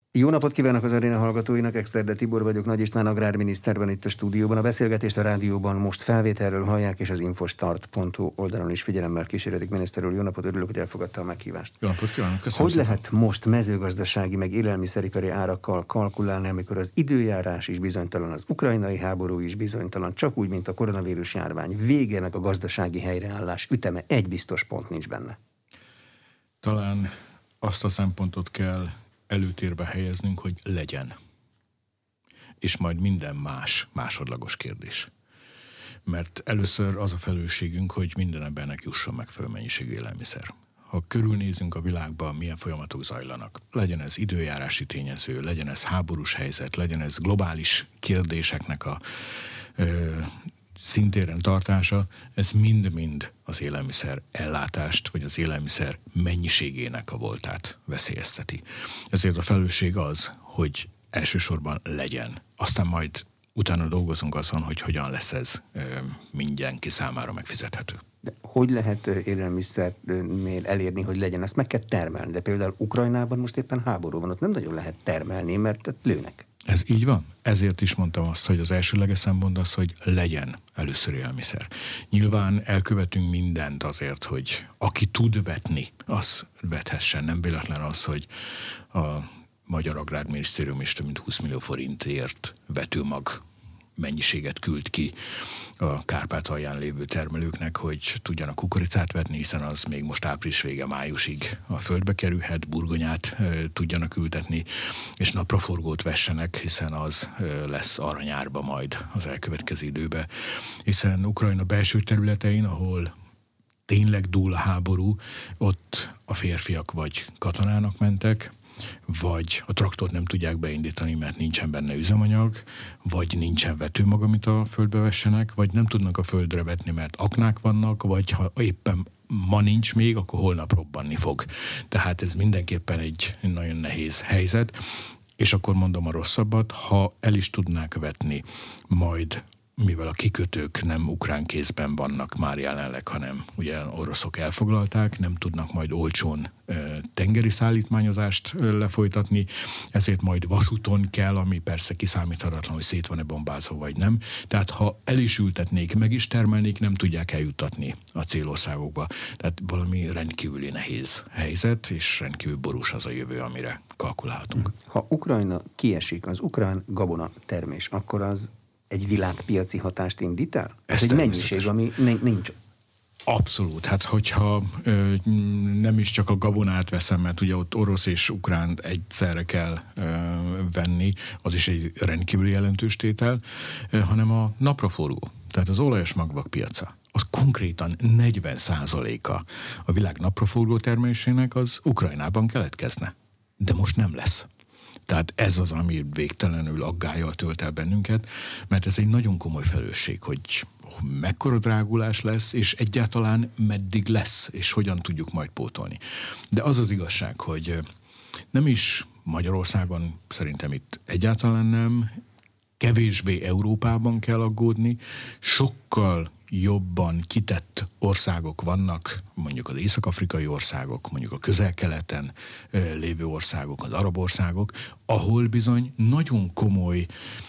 Jó napot kívánok az aréna hallgatóinak, Exterde Tibor vagyok, Nagy István agrárminiszter van itt a stúdióban. A beszélgetést a rádióban most felvételről hallják, és az infostart.hu oldalon is figyelemmel kíséretik. Miniszter úr, jó napot, örülök, hogy elfogadta a meghívást. Jó napot kívánok, köszönöm. Hogy lehet most mezőgazdasági meg élelmiszeripari árakkal kalkulálni, amikor az időjárás is bizonytalan, az ukrajnai háború is bizonytalan, csak úgy, mint a koronavírus járvány vége, meg a gazdasági helyreállás üteme, egy biztos pont nincs benne? Talán azt a szempontot kell előtérbe helyeznünk, hogy legyen. És majd minden más másodlagos kérdés. Mert először az a felelősségünk, hogy minden embernek jusson megfelelő mennyiségű élelmiszer. Ha körülnézünk a világban, milyen folyamatok zajlanak, legyen ez időjárási tényező, legyen ez háborús helyzet, legyen ez globális kérdéseknek a szintéren tartása, ez mind-mind az élelmiszer ellátást, vagy az élelmiszer mennyiségének a voltát veszélyezteti. Ezért a felelősség az, hogy elsősorban legyen. Aztán majd utána dolgozunk azon, hogy hogyan lesz ez mindenki számára megfizethető. De hogy lehet élelmiszernél elérni, hogy legyen? Ezt meg kell termelni. De például Ukrajnában most éppen háború van, ott nem nagyon lehet termelni, mert lőnek. Ez így van. Ezért is mondtam azt, hogy az elsőleges szempont az, hogy legyen először élelmiszer. Nyilván elkövetünk mindent azért, hogy aki tud vetni, az vethessen. Nem véletlen az, hogy a Magyar Agrárminisztérium is több mint 20 millió forintért vetőmag mennyiséget küld ki a Kárpátalján lévő termelőknek, hogy tudjanak kukoricát vetni, hiszen az még most április vége, májusig a földbe kerülhet, burgonyát tudjanak ültetni, és napraforgót vessenek, hiszen az lesz aranyárba majd az elkövetkező időben. Hiszen Ukrajna belső területein, ahol tényleg dúl a háború, ott a férfiak vagy katonának mentek, vagy a traktort nem tudják beindítani, mert nincsen benne üzemanyag, vagy nincsen vetőmag, amit a földbe vessenek, vagy nem tudnak a földre vetni, mert aknák vannak, vagy ha éppen ma nincs még, akkor holnap robbanni fog. Tehát ez mindenképpen egy nagyon nehéz helyzet, és akkor mondom a rosszabbat, ha el is tudnák vetni, majd mivel a kikötők nem ukrán kézben vannak már jelenleg, hanem ugye oroszok elfoglalták, nem tudnak majd olcsón tengeri szállítmányozást lefolytatni, ezért majd vasúton kell, ami persze kiszámíthatatlan, hogy szét van-e bombázva vagy nem. Tehát ha el is ültetnék, meg is termelnék, nem tudják eljutatni a célországokba. Tehát valami rendkívüli nehéz helyzet, és rendkívül borús az a jövő, amire kalkulálhatunk. Ha Ukrajna kiesik, az ukrán gabona termés, akkor az egy világpiaci hatást indít el? Ez egy mennyiség, ami nincs. Abszolút. Hát hogyha nem is csak a gabonát veszem, mert ugye ott orosz és ukrán egyszerre kell venni, az is egy rendkívül jelentős tétel, hanem a napraforgó, tehát az olajos magvak piaca. Az konkrétan 40%-a a világ napraforgó termelésének az Ukrajnában keletkezne. De most nem lesz. Tehát ez az, ami végtelenül aggállyal tölt el bennünket, mert ez egy nagyon komoly felelősség, hogy mekkora drágulás lesz, és egyáltalán meddig lesz, és hogyan tudjuk majd pótolni. De az az igazság, hogy nem is Magyarországon, szerintem itt egyáltalán nem, kevésbé Európában kell aggódni, sokkal jobban kitett országok vannak, mondjuk az észak-afrikai országok, mondjuk a közel-keleten lévő országok, az arab országok, ahol bizony nagyon komoly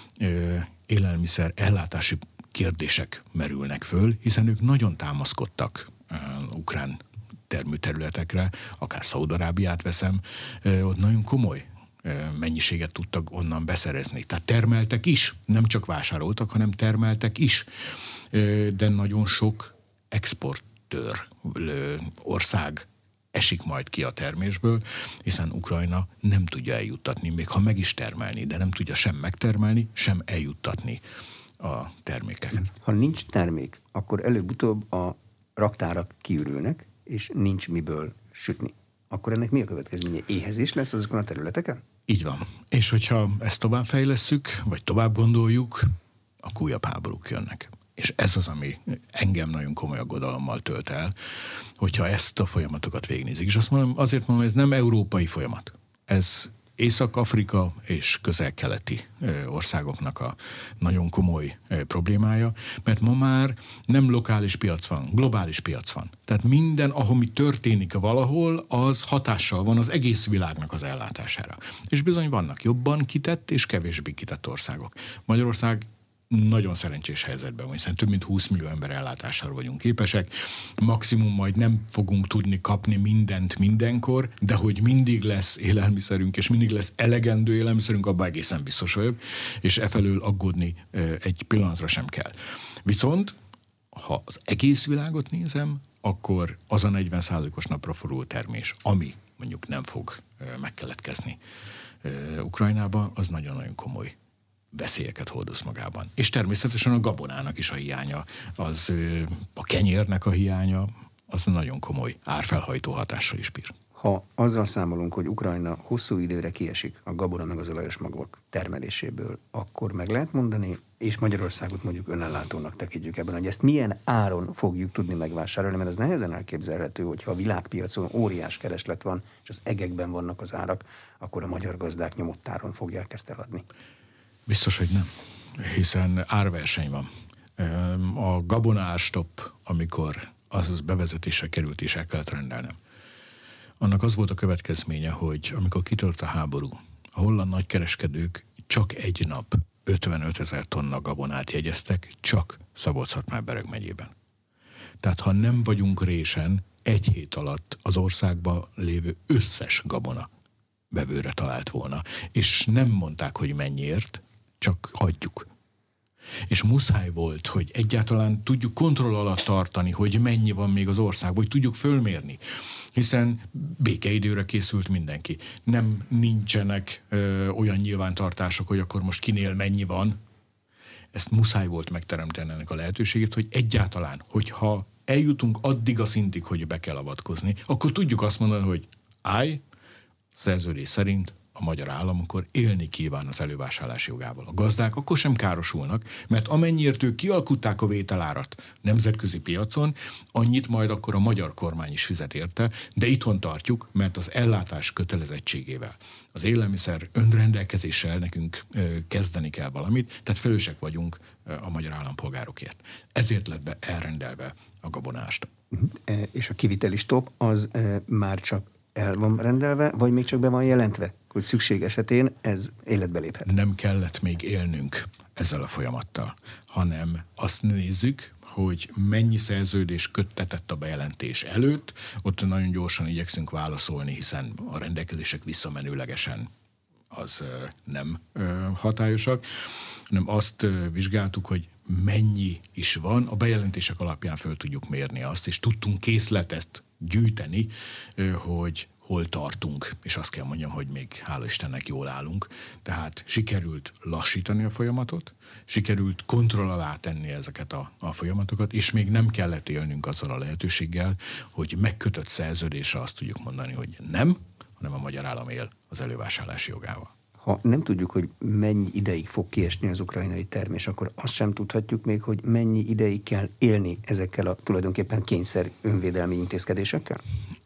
élelmiszer ellátási kérdések merülnek föl, hiszen ők nagyon támaszkodtak ukrán termőterületekre, akár Szaúd-Arábiát veszem, ott nagyon komoly mennyiséget tudtak onnan beszerezni. Tehát termeltek is, nem csak vásároltak, hanem termeltek is. De nagyon sok exportőr ország esik majd ki a termésből, hiszen Ukrajna nem tudja eljuttatni, még ha meg is termelni, de nem tudja sem megtermelni, sem eljuttatni a termékeket. Ha nincs termék, akkor előbb-utóbb a raktárak kiürülnek, és nincs miből sütni. Akkor ennek mi a következménye? Éhezés lesz azokon a területeken? Így van. És hogyha ezt továbbfejlesszük, vagy tovább gondoljuk, akkor újabb háborúk jönnek. És ez az, ami engem nagyon komoly aggodalommal tölt el, hogyha ezt a folyamatokat végignézik. És azt mondom, azért mondom, ez nem európai folyamat. Ez Észak-Afrika és közel-keleti országoknak a nagyon komoly problémája, mert ma már nem lokális piac van, globális piac van. Tehát minden, ahomi történik valahol, az hatással van az egész világnak az ellátására. És bizony vannak jobban kitett és kevésbé kitett országok. Magyarország nagyon szerencsés helyzetben van, hiszen több mint 20 millió ember ellátására vagyunk képesek. Maximum majd nem fogunk tudni kapni mindent mindenkor, de hogy mindig lesz élelmiszerünk, és mindig lesz elegendő élelmiszerünk, abban egészen biztos vagyok, és efelől aggódni egy pillanatra sem kell. Viszont, ha az egész világot nézem, akkor az a 40%-os napraforgó termés, ami mondjuk nem fog megkeletkezni Ukrajnában, az nagyon-nagyon komoly veszélyeket hordoz magában. És természetesen a gabonának is a hiánya, az a kenyérnek a hiánya, az nagyon komoly árfelhajtó hatással is bír. Ha azzal számolunk, hogy Ukrajna hosszú időre kiesik a gabona meg az olajos magvak termeléséből, akkor meg lehet mondani, és Magyarországot mondjuk önellátónak tekintjük ebben, hogy ezt milyen áron fogjuk tudni megvásárolni, mert ez nehezen elképzelhető, hogyha a világpiacon óriás kereslet van, és az egekben vannak az árak, akkor a magyar gazdák nyomott áron fogják ezt eladni. Biztos, hogy nem, hiszen árverseny van. A gabona árstopp, amikor az bevezetésre került és el kellett rendelnem, annak az volt a következménye, hogy amikor kitört a háború, a holland nagykereskedők csak egy nap 55 000 tonna gabonát jegyeztek, csak Szabolcs-Szatmár-Bereg megyében. Tehát ha nem vagyunk résen, egy hét alatt az országban lévő összes gabona vevőre talált volna. És nem mondták, hogy mennyiért, csak hagyjuk. És muszáj volt, hogy egyáltalán tudjuk kontroll alatt tartani, hogy mennyi van még az országban, hogy tudjuk fölmérni. Hiszen békeidőre készült mindenki. Nincsenek olyan nyilvántartások, hogy akkor most kinél mennyi van. Ezt muszáj volt megteremteni ennek a lehetőségét, hogy egyáltalán, hogyha eljutunk addig a szintig, hogy be kell avatkozni, akkor tudjuk azt mondani, hogy szerződés szerint a magyar állam akkor élni kíván az elővásárlási jogával. A gazdák akkor sem károsulnak, mert amennyiért ők kialkutták a vételárat nemzetközi piacon, annyit majd akkor a magyar kormány is fizet érte, de itthon tartjuk, mert az ellátás kötelezettségével, az élelmiszer önrendelkezéssel nekünk kezdeni kell valamit, tehát felelősek vagyunk a magyar állampolgárokért. Ezért lett elrendelve a gabonást. És a kiviteli stop az már csak el van rendelve, vagy még csak be van jelentve, hogy szükség esetén ez életbe léphet? Nem kellett még élnünk ezzel a folyamattal, hanem azt nézzük, hogy mennyi szerződés köttetett a bejelentés előtt, ott nagyon gyorsan igyekszünk válaszolni, hiszen a rendelkezések visszamenőlegesen az nem hatályosak, hanem azt vizsgáltuk, hogy mennyi is van, a bejelentések alapján föl tudjuk mérni azt, és tudtunk készletet gyűjteni, hogy hol tartunk, és azt kell mondjam, hogy még hála Istennek jól állunk. Tehát sikerült lassítani a folyamatot, sikerült kontroll alá tenni ezeket a folyamatokat, és még nem kellett élnünk azzal a lehetőséggel, hogy megkötött szerződésre azt tudjuk mondani, hogy nem, hanem a magyar állam él az elővásárlási jogával. Ha nem tudjuk, hogy mennyi ideig fog kiesni az ukrajnai termés, akkor azt sem tudhatjuk még, hogy mennyi ideig kell élni ezekkel a tulajdonképpen kényszer önvédelmi intézkedésekkel?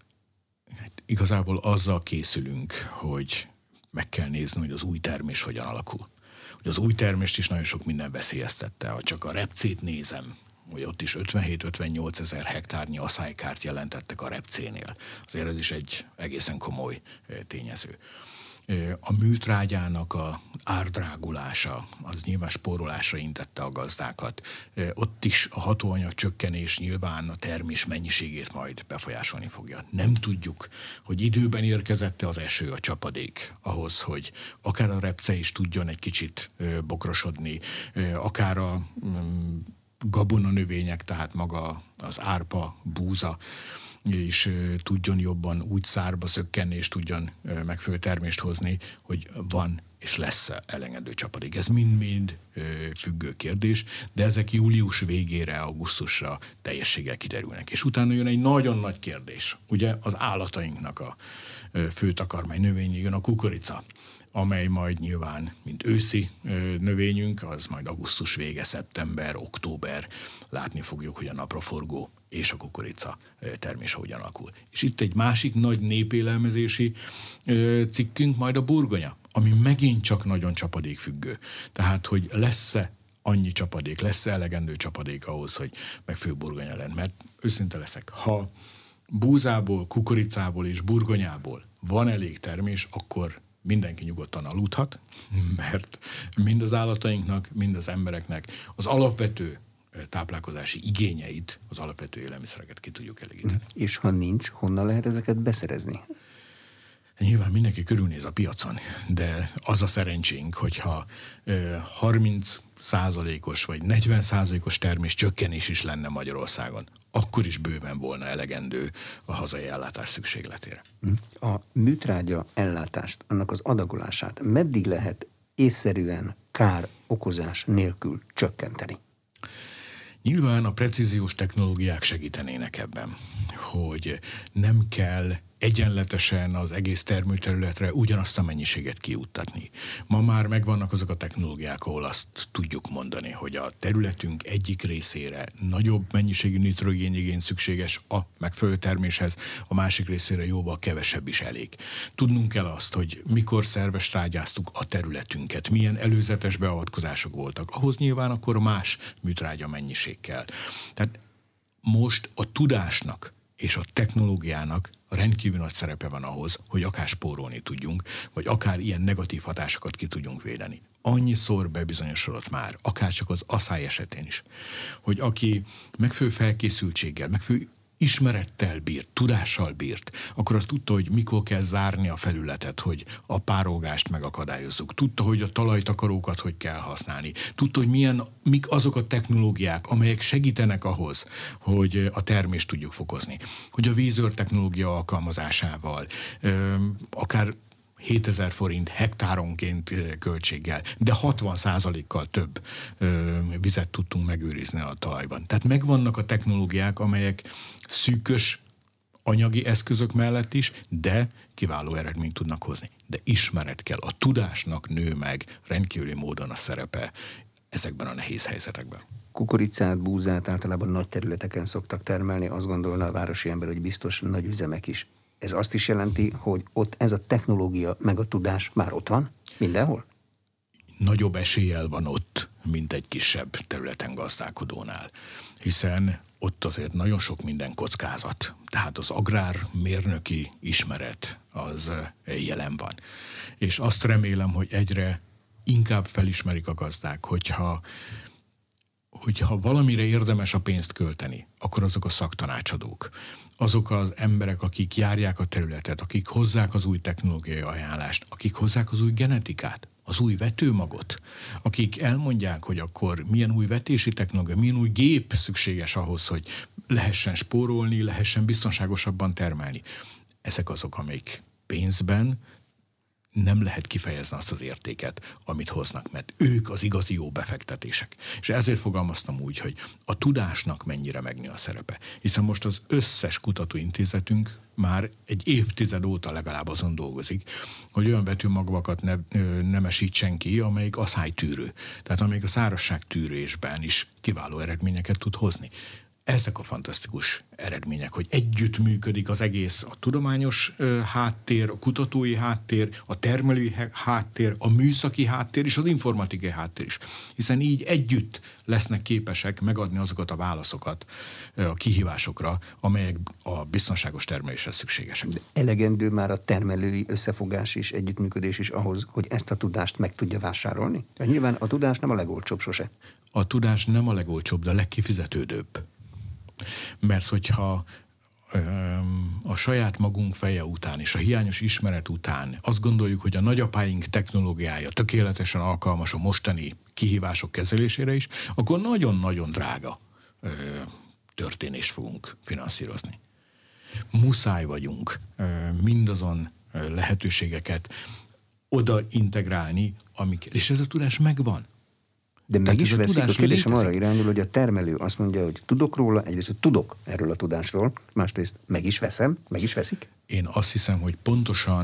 Igazából azzal készülünk, hogy meg kell nézni, hogy az új termés hogyan alakul. Hogy az új termést is nagyon sok minden veszélyeztette. Ha csak a repcét nézem, hogy ott is 57-58 000 hektárnyi aszálykárt jelentettek a repcénél. Azért ez is egy egészen komoly tényező. A műtrágyának a árdrágulása, az nyilván spórolásra intette a gazdákat. Ott is a hatóanyag csökkenés nyilván a termés mennyiségét majd befolyásolni fogja. Nem tudjuk, hogy időben érkezett-e az eső, a csapadék ahhoz, hogy akár a repce is tudjon egy kicsit bokrosodni, akár a gabona növények, tehát maga az árpa, búza, és tudjon jobban úgy szárba szökkenni, és tudjon megfelelő termést hozni, hogy van és lesz elegendő csapadék. Ez mind-mind függő kérdés, de ezek július végére, augusztusra teljességgel kiderülnek. És utána jön egy nagyon nagy kérdés. Ugye az állatainknak a fő takarmány növényi jön a kukorica, amely majd nyilván, mint őszi növényünk, az majd augusztus vége, szeptember, október, látni fogjuk, hogy a napraforgó és a kukorica termése hogyan alakul. És itt egy másik nagy népélelmezési cikkünk majd a burgonya, ami megint csak nagyon csapadékfüggő. Tehát, hogy lesz-e annyi csapadék, lesz-e elegendő csapadék ahhoz, hogy megfelelő burgonya legyen. Mert őszinte leszek, ha búzából, kukoricából és burgonyából van elég termés, akkor mindenki nyugodtan aludhat, mert mind az állatainknak, mind az embereknek az alapvető táplálkozási igényeit, az alapvető élelmiszereket ki tudjuk elégíteni. És ha nincs, honnan lehet ezeket beszerezni? Nyilván mindenki körülnéz a piacon, de az a szerencsénk, hogyha 30%-os vagy 40%-os termés csökkenés is lenne Magyarországon, akkor is bőven volna elegendő a hazai ellátás szükségletére. A műtrágya ellátást, annak az adagolását meddig lehet észszerűen kár okozás nélkül csökkenteni? Nyilván a precíziós technológiák segítenének ebben, hogy nem kell egyenletesen az egész termőterületre ugyanazt a mennyiséget kijuttatni. Ma már megvannak azok a technológiák, ahol azt tudjuk mondani, hogy a területünk egyik részére nagyobb mennyiségű nitrogénigény szükséges a megfelelő terméshez, a másik részére jóval kevesebb is elég. Tudnunk kell azt, hogy mikor szerves trágyáztuk a területünket, milyen előzetes beavatkozások voltak. Ahhoz nyilván akkor más műtrágya mennyiség kell. Tehát most a tudásnak és a technológiának rendkívül nagy szerepe van ahhoz, hogy akár spórolni tudjunk, vagy akár ilyen negatív hatásokat ki tudjunk védeni. Annyiszor bebizonyosodott már, akár csak az aszály esetén is, hogy aki megfelelő felkészültséggel, megfelelő ismerettel bírt, tudással bírt, akkor azt tudta, hogy mikor kell zárni a felületet, hogy a párolgást megakadályozzuk. Tudta, hogy a talajtakarókat hogy kell használni. Tudta, hogy mik azok a technológiák, amelyek segítenek ahhoz, hogy a termést tudjuk fokozni. Hogy a vízőr technológia alkalmazásával, akár 7000 forint hektáronként költséggel, de 60%-kal több vizet tudtunk megőrizni a talajban. Tehát megvannak a technológiák, amelyek szűkös anyagi eszközök mellett is, de kiváló eredményt tudnak hozni. De ismeret kell, a tudásnak nő meg rendkívüli módon a szerepe ezekben a nehéz helyzetekben. Kukoricát, búzát általában nagy területeken szoktak termelni, azt gondolna a városi ember, hogy biztos nagy üzemek is. Ez azt is jelenti, hogy ott ez a technológia meg a tudás már ott van? Mindenhol? Nagyobb eséllyel van ott, mint egy kisebb területen gazdálkodónál. Hiszen ott azért nagyon sok minden kockázat. Tehát az agrármérnöki ismeret az jelen van. És azt remélem, hogy egyre inkább felismerik a gazdák, hogyha valamire érdemes a pénzt költeni, akkor azok a szaktanácsadók, azok az emberek, akik járják a területet, akik hozzák az új technológiai ajánlást, akik hozzák az új genetikát, az új vetőmagot, akik elmondják, hogy akkor milyen új vetési technológia, milyen új gép szükséges ahhoz, hogy lehessen spórolni, lehessen biztonságosabban termelni. Ezek azok, amik pénzben nem lehet kifejezni azt az értéket, amit hoznak, mert ők az igazi jó befektetések. És ezért fogalmaztam úgy, hogy a tudásnak mennyire megnő a szerepe. Hiszen most az összes kutatóintézetünk már egy évtized óta legalább azon dolgozik, hogy olyan vetőmagvakat nemesítsen ki, amelyik aszálytűrő. Tehát amelyik a szárazságtűrésben is kiváló eredményeket tud hozni. Ezek a fantasztikus eredmények, hogy együtt működik az egész, a tudományos háttér, a kutatói háttér, a termelői háttér, a műszaki háttér és az informatikai háttér is. Hiszen így együtt lesznek képesek megadni azokat a válaszokat a kihívásokra, amelyek a biztonságos termelésre szükségesek. De elegendő már a termelői összefogás is, együttműködés is ahhoz, hogy ezt a tudást meg tudja vásárolni? De nyilván a tudás nem a legolcsóbb sose. A tudás nem a legolcsóbb, de a legkifizetődőbb. Mert hogyha a saját magunk feje után és a hiányos ismeret után azt gondoljuk, hogy a nagyapáink technológiája tökéletesen alkalmas a mostani kihívások kezelésére is, akkor nagyon-nagyon drága történést fogunk finanszírozni. Muszáj vagyunk mindazon lehetőségeket oda integrálni, és ez a tudás megvan. De meg is veszik, a kérdésem arra irányul, hogy a termelő azt mondja, hogy tudok róla, egyrészt, hogy tudok erről a tudásról, másrészt meg is veszem, meg is veszik? Én azt hiszem, hogy pontosan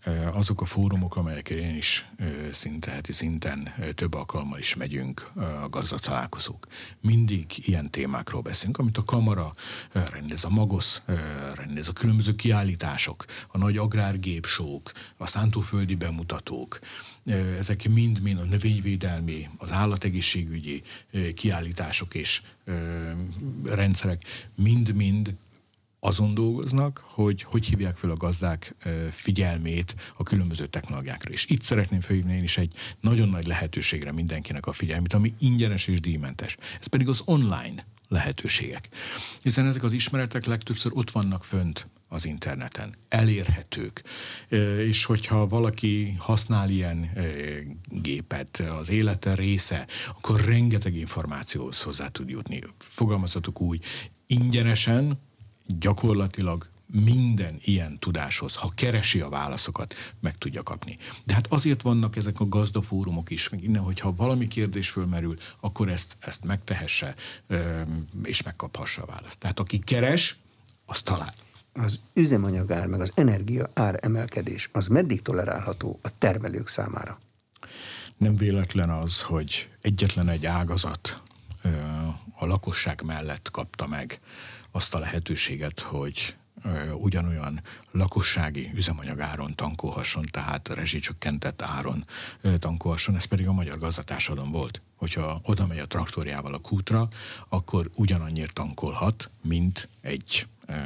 azok a fórumok, amelyekre én is heti szinten több alkalommal is megyünk, a gazdatalálkozók. Mindig ilyen témákról beszélünk, amit a Kamara rendez, a Magosz rendez, a különböző kiállítások, a nagy agrárgépsók, a szántóföldi bemutatók, ezek mind-mind a növényvédelmi, az állategészségügyi kiállítások és rendszerek mind-mind azon dolgoznak, hogy hívják fel a gazdák figyelmét a különböző technológiákra. És itt szeretném felhívni én is egy nagyon nagy lehetőségre mindenkinek a figyelmét, ami ingyenes és díjmentes. Ez pedig az online lehetőségek. Hiszen ezek az ismeretek legtöbbször ott vannak fönt az interneten, elérhetők. És hogyha valaki használ ilyen gépet, az élete része, akkor rengeteg információhoz hozzá tud jutni. Fogalmazhatok úgy, ingyenesen, gyakorlatilag minden ilyen tudáshoz, ha keresi a válaszokat, meg tudja kapni. De hát azért vannak ezek a gazdafórumok is, meg innen, hogyha valami kérdés fölmerül, akkor ezt megtehesse, és megkaphassa a választ. Tehát aki keres, az talál. Az üzemanyagár, meg az energia ár emelkedés, az meddig tolerálható a termelők számára? Nem véletlen az, hogy egyetlen egy ágazat a lakosság mellett kapta meg azt a lehetőséget, hogy ugyanolyan lakossági üzemanyagáron tankolhasson, tehát rezsicsökkentett áron tankolhasson, ez pedig a magyar gazdatársadalom volt. Hogyha oda megy a traktorjával a kútra, akkor ugyanannyira tankolhat, mint egy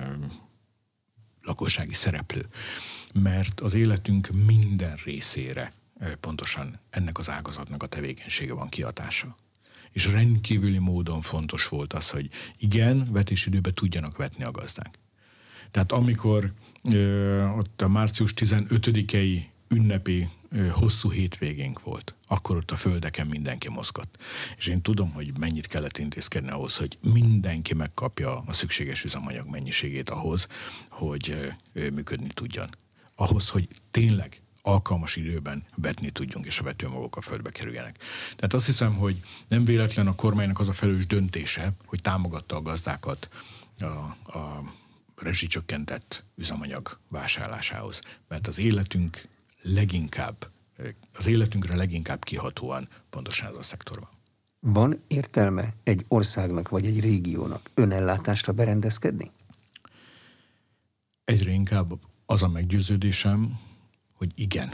lakossági szereplő. Mert az életünk minden részére pontosan ennek az ágazatnak a tevékenysége van kihatása. És rendkívüli módon fontos volt az, hogy igen, vetésidőben tudjanak vetni a gazdák. Tehát amikor ott a március 15-i ünnepi hosszú hétvégénk volt, akkor ott a földeken mindenki mozgott. És én tudom, hogy mennyit kellett intézkedni ahhoz, hogy mindenki megkapja a szükséges üzemanyag mennyiségét ahhoz, hogy működni tudjon. Ahhoz, hogy tényleg alkalmas időben vetni tudjunk, és a vetőmagok a földbe kerüljenek. Tehát azt hiszem, hogy nem véletlen a kormánynak az a felelős döntése, hogy támogatta a gazdákat a rezsicsökkentett üzemanyag vásárlásához. Mert az életünkre leginkább kihatóan pontosan ez a szektor van. Van értelme egy országnak vagy egy régiónak önellátásra berendezkedni? Egyre inkább az a meggyőződésem, hogy igen.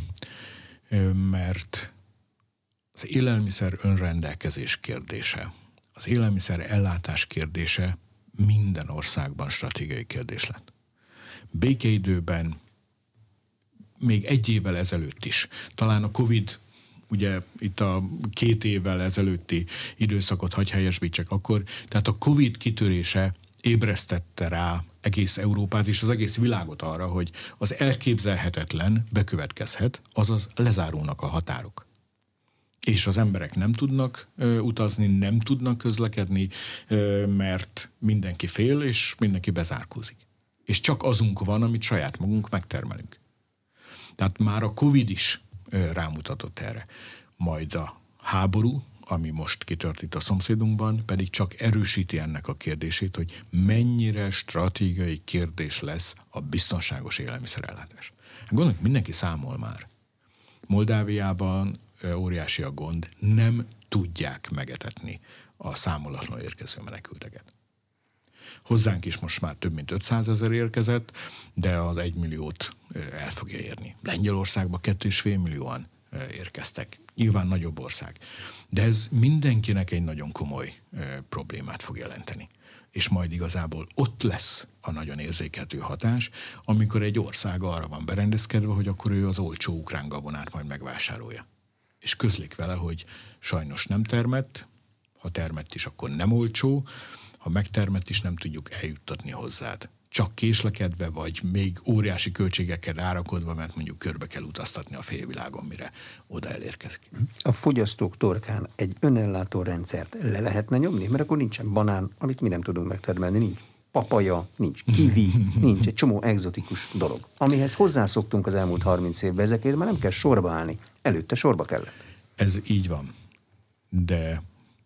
Mert az élelmiszer önrendelkezés kérdése, az élelmiszer ellátás kérdése minden országban stratégiai kérdés lett. Békeidőben még egy évvel ezelőtt is, talán a Covid, ugye itt a 2 évvel ezelőtti időszakot hagy helyesbítsek akkor, tehát a Covid kitörése ébresztette rá egész Európát és az egész világot arra, hogy az elképzelhetetlen bekövetkezhet, azaz lezárulnak a határok. És az emberek nem tudnak utazni, nem tudnak közlekedni, mert mindenki fél, és mindenki bezárkózik. És csak azunk van, amit saját magunk megtermelünk. Tehát már a Covid is rámutatott erre. Majd a háború, ami most kitört itt a szomszédunkban, pedig csak erősíti ennek a kérdését, hogy mennyire stratégiai kérdés lesz a biztonságos élelmiszerellátás. Gondoljuk, mindenki számol már. Moldáviában óriási a gond, nem tudják megetetni a számolatlanul érkező menekülteket. Hozzánk is most már több mint 500 000 érkezett, de az 1 milliót el fogja érni. Lengyelországban 2,5 millióan érkeztek. Nyilván nagyobb ország. De ez mindenkinek egy nagyon komoly problémát fog jelenteni. És majd igazából ott lesz a nagyon érzékelhető hatás, amikor egy ország arra van berendezkedve, hogy akkor ő az olcsó ukrán gabonát majd megvásárolja. És közlik vele, hogy sajnos nem termett, ha termett is, akkor nem olcsó, ha megtermett is, nem tudjuk eljuttatni hozzád. Csak késlekedve, vagy még óriási költségekkel árakodva, mert mondjuk körbe kell utaztatni a félvilágon, mire oda elérkezik. A fogyasztók torkán egy önellátó rendszert le lehetne nyomni? Mert akkor nincsen banán, amit mi nem tudunk megtermelni, nincs papaja, nincs kiwi, nincs egy csomó egzotikus dolog. Amihez hozzászoktunk az elmúlt 30 évben, ezekért már nem kell sorba állni. Előtte sorba kellett. Ez így van. De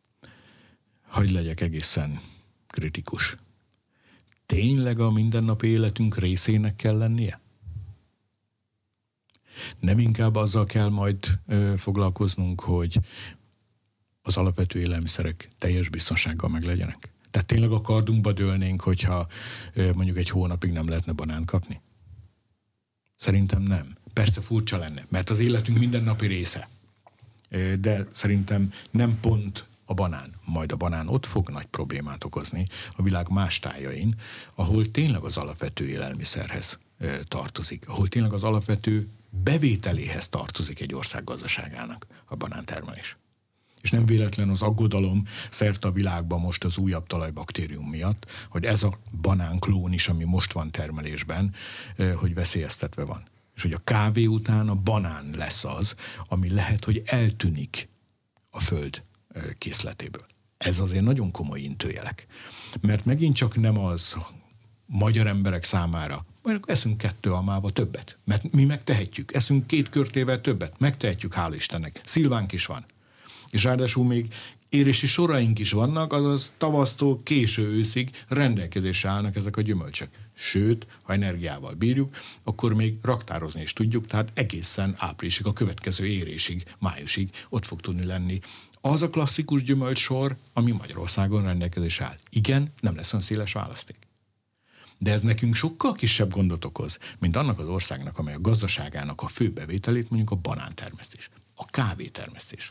hadd legyek egészen kritikus. Tényleg a mindennapi életünk részének kell lennie? Nem inkább azzal kell majd foglalkoznunk, hogy az alapvető élelmiszerek teljes biztonsággal meglegyenek? Tehát tényleg a kardunkba dőlnénk, hogyha mondjuk egy hónapig nem lehetne banánt kapni? Szerintem nem. Persze furcsa lenne, mert az életünk mindennapi része. De szerintem nem pont a banán. Majd a banán ott fog nagy problémát okozni a világ más tájain, ahol tényleg az alapvető élelmiszerhez tartozik, ahol tényleg az alapvető bevételéhez tartozik egy ország gazdaságának a banántermelés. És nem véletlen az aggodalom szerte a világban most az újabb talajbaktérium miatt, hogy ez a banánklón is, ami most van termelésben, hogy veszélyeztetve van. És hogy a kávé után a banán lesz az, ami lehet, hogy eltűnik a föld készletéből. Ez azért nagyon komoly intőjelek. Mert megint csak nem az magyar emberek számára, majd eszünk 2 almába többet, mert mi megtehetjük. Eszünk 2 körtével többet, megtehetjük, hál' Istennek. Szilvánk is van. És ráadásul még érési soraink is vannak, azaz tavasztól késő őszig rendelkezésre állnak ezek a gyümölcsök. Sőt, ha energiával bírjuk, akkor még raktározni is tudjuk, tehát egészen áprilisig, a következő érésig, májusig ott fog tudni lenni az a klasszikus gyümölcssor, ami Magyarországon rendelkezésre áll. Igen, nem lesz olyan széles választék. De ez nekünk sokkal kisebb gondot okoz, mint annak az országnak, amely a gazdaságának a fő bevételét, mondjuk a banántermesztés, a kávétermesztés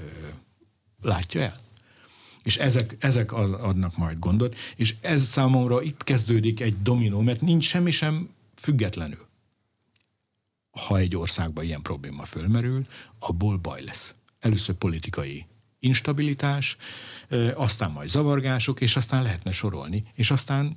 látja el. És ezek adnak majd gondot, és ez számomra itt kezdődik egy dominó, mert nincs semmi sem függetlenül. Ha egy országban ilyen probléma fölmerül, abból baj lesz. Először politikai instabilitás, aztán majd zavargások, és aztán lehetne sorolni, és aztán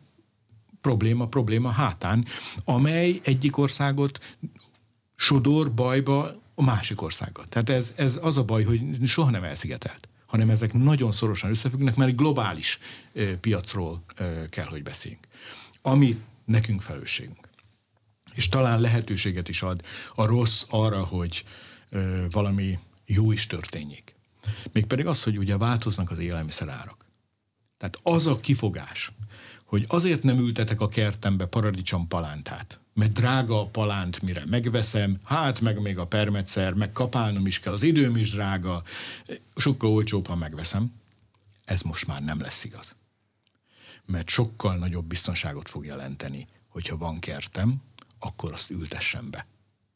probléma hátán, amely egyik országot sodor bajba a másik országgal. Tehát ez az a baj, hogy soha nem elszigetelt, hanem ezek nagyon szorosan összefüggnek, mert egy globális piacról kell, hogy beszéljünk. Ami nekünk felelősségünk. És talán lehetőséget is ad a rossz arra, hogy valami jó is történjék. Mégpedig az, hogy ugye változnak az élelmiszerárak. Tehát az a kifogás, hogy azért nem ültetek a kertembe paradicsom palántát, mert drága a palánt, mire megveszem, hát meg még a permetszer, meg kapálnom is kell, az időm is drága, sokkal olcsóbb, ha megveszem. Ez most már nem lesz igaz. Mert sokkal nagyobb biztonságot fog jelenteni, hogyha van kertem, akkor azt ültessem be.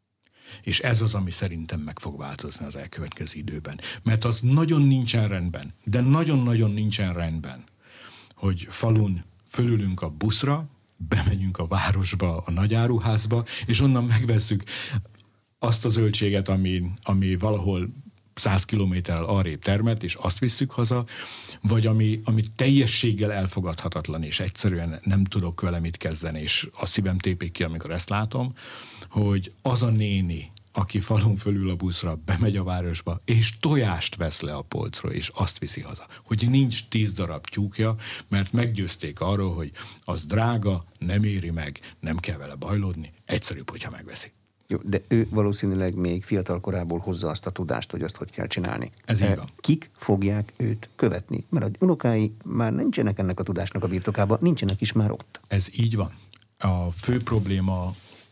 És ez az, ami szerintem meg fog változni az elkövetkező időben. Mert az nagyon nincsen rendben, de nagyon-nagyon nincsen rendben, hogy falun fölülünk a buszra, bemegyünk a városba, a nagyáruházba, és onnan megvesszük azt a zöldséget, ami valahol 100 kilométerrel arrébb termelt, és azt visszük haza, vagy ami teljességgel elfogadhatatlan, és egyszerűen nem tudok vele mit kezdeni, és a szívem tépik ki, amikor ezt látom, hogy az a néni, aki falun fölül a buszra, bemegy a városba, és tojást vesz le a polcról, és azt viszi haza. Hogy nincs 10 darab tyúkja, mert meggyőzték arról, hogy az drága, nem éri meg, nem kell vele bajlódni, egyszerűbb, hogyha megveszi. Jó, de ő valószínűleg még fiatal korából hozza azt a tudást, hogy azt hogy kell csinálni. Ez így van. Kik fogják őt követni? Mert az unokái már nincsenek ennek a tudásnak a birtokában, nincsenek is már ott. Ez így van. A fő probléma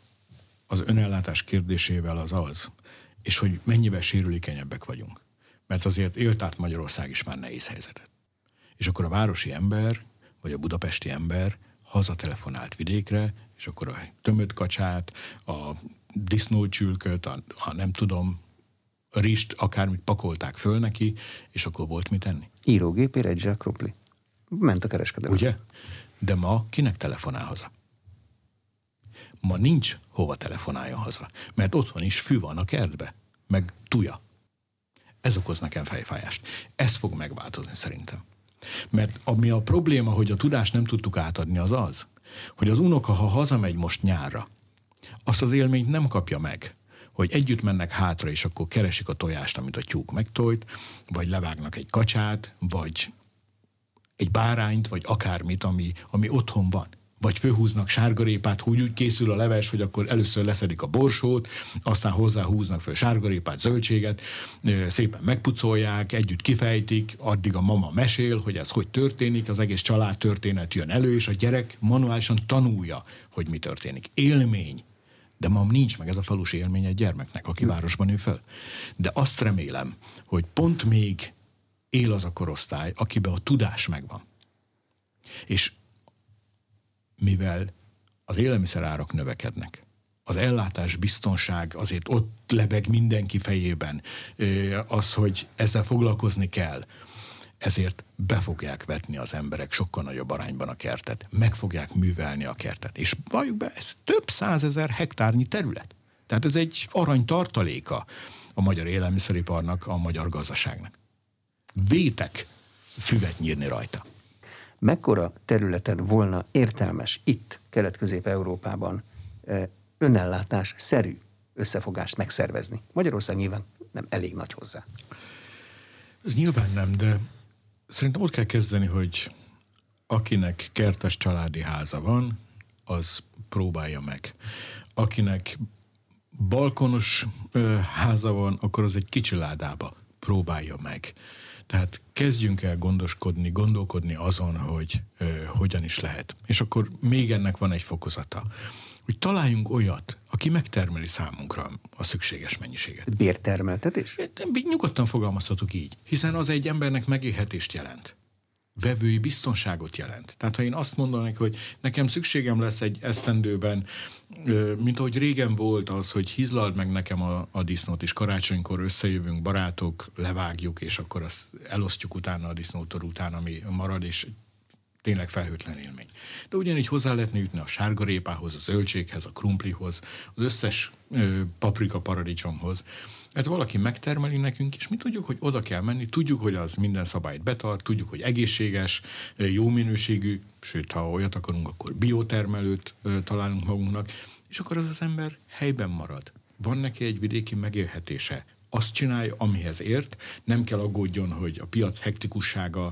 az önellátás kérdésével az, és hogy mennyivel sérülékenyebbek vagyunk. Mert azért élt át Magyarország is már nehéz helyzetet. És akkor a városi ember, vagy a budapesti ember hazatelefonált vidékre, és akkor a tömött kacsát, a disznócsülköt, a nem tudom, a rist, akármit pakolták föl neki, és akkor volt mit enni. Írógépére egy zsák krumpli. Ment a kereskedelem. Ugye? De ma kinek telefonál haza? Ma nincs hova telefonáljon haza, mert otthon is fű van a kertbe, meg tuja. Ez okoz nekem fejfájást. Ez fog megváltozni szerintem. Mert ami a probléma, hogy a tudást nem tudtuk átadni, az, hogy az unoka, ha hazamegy most nyárra, azt az élményt nem kapja meg, hogy együtt mennek hátra, és akkor keresik a tojást, amit a tyúk megtojt, vagy levágnak egy kacsát, vagy egy bárányt, vagy akármit, ami otthon van. Vagy főhúznak sárgarépát, hogy úgy készül a leves, hogy akkor először leszedik a borsót, aztán hozzáhúznak föl sárgarépát, zöldséget, szépen megpucolják, együtt kifejtik, addig a mama mesél, hogy ez hogy történik, az egész család történet jön elő, és a gyerek manuálisan tanulja, hogy mi történik. Élmény, De ma nincs meg ez a falusi élmény egy gyermeknek, aki városban nő föl. De azt remélem, hogy pont még él az a korosztály, akiben a tudás megvan. És mivel az élelmiszerárak növekednek, az ellátás biztonság azért ott lebeg mindenki fejében, az, hogy ezzel foglalkozni kell, ezért be fogják vetni az emberek sokkal nagyobb arányban a kertet, meg fogják művelni a kertet. És valljuk be, ez több 100 000 hektárnyi terület. Tehát ez egy aranytartaléka a magyar élelmiszeriparnak, a magyar gazdaságnak. Vétek füvet nyírni rajta. Mekkora területen volna értelmes itt, Kelet-Közép-Európában önellátás-szerű összefogást megszervezni? Magyarország nyilván nem elég nagy hozzá. Ez nyilván nem, de szerintem ott kell kezdeni, hogy akinek kertes családi háza van, az próbálja meg. Akinek balkonos háza van, akkor az egy kicsi ládába próbálja meg. Tehát kezdjünk el gondolkodni azon, hogy hogyan is lehet. És akkor még ennek van egy fokozata. Hogy találjunk olyat, aki megtermeli számunkra a szükséges mennyiséget. Bértermeltetés? Nyugodtan fogalmazhatok így, hiszen az egy embernek megélhetést jelent. Vevői biztonságot jelent. Tehát ha én azt mondanék, hogy nekem szükségem lesz egy esztendőben, mint ahogy régen volt az, hogy hizlald meg nekem a disznót, és karácsonykor összejövünk barátok, levágjuk, és akkor azt elosztjuk utána a disznótor után, ami marad, és tényleg felhőtlen élmény. De ugyanígy hozzá lehetne jutni a sárgarépához, a zöldséghez, a krumplihoz, az összes paprika paradicsomhoz. Mert valaki megtermeli nekünk, és mi tudjuk, hogy oda kell menni, tudjuk, hogy az minden szabályt betart, tudjuk, hogy egészséges, jó minőségű, sőt, ha olyat akarunk, akkor biotermelőt találunk magunknak, és akkor az ember helyben marad. Van neki egy vidéki megélhetése. Azt csinálja, amihez ért, nem kell aggódjon, hogy a piac hektikussága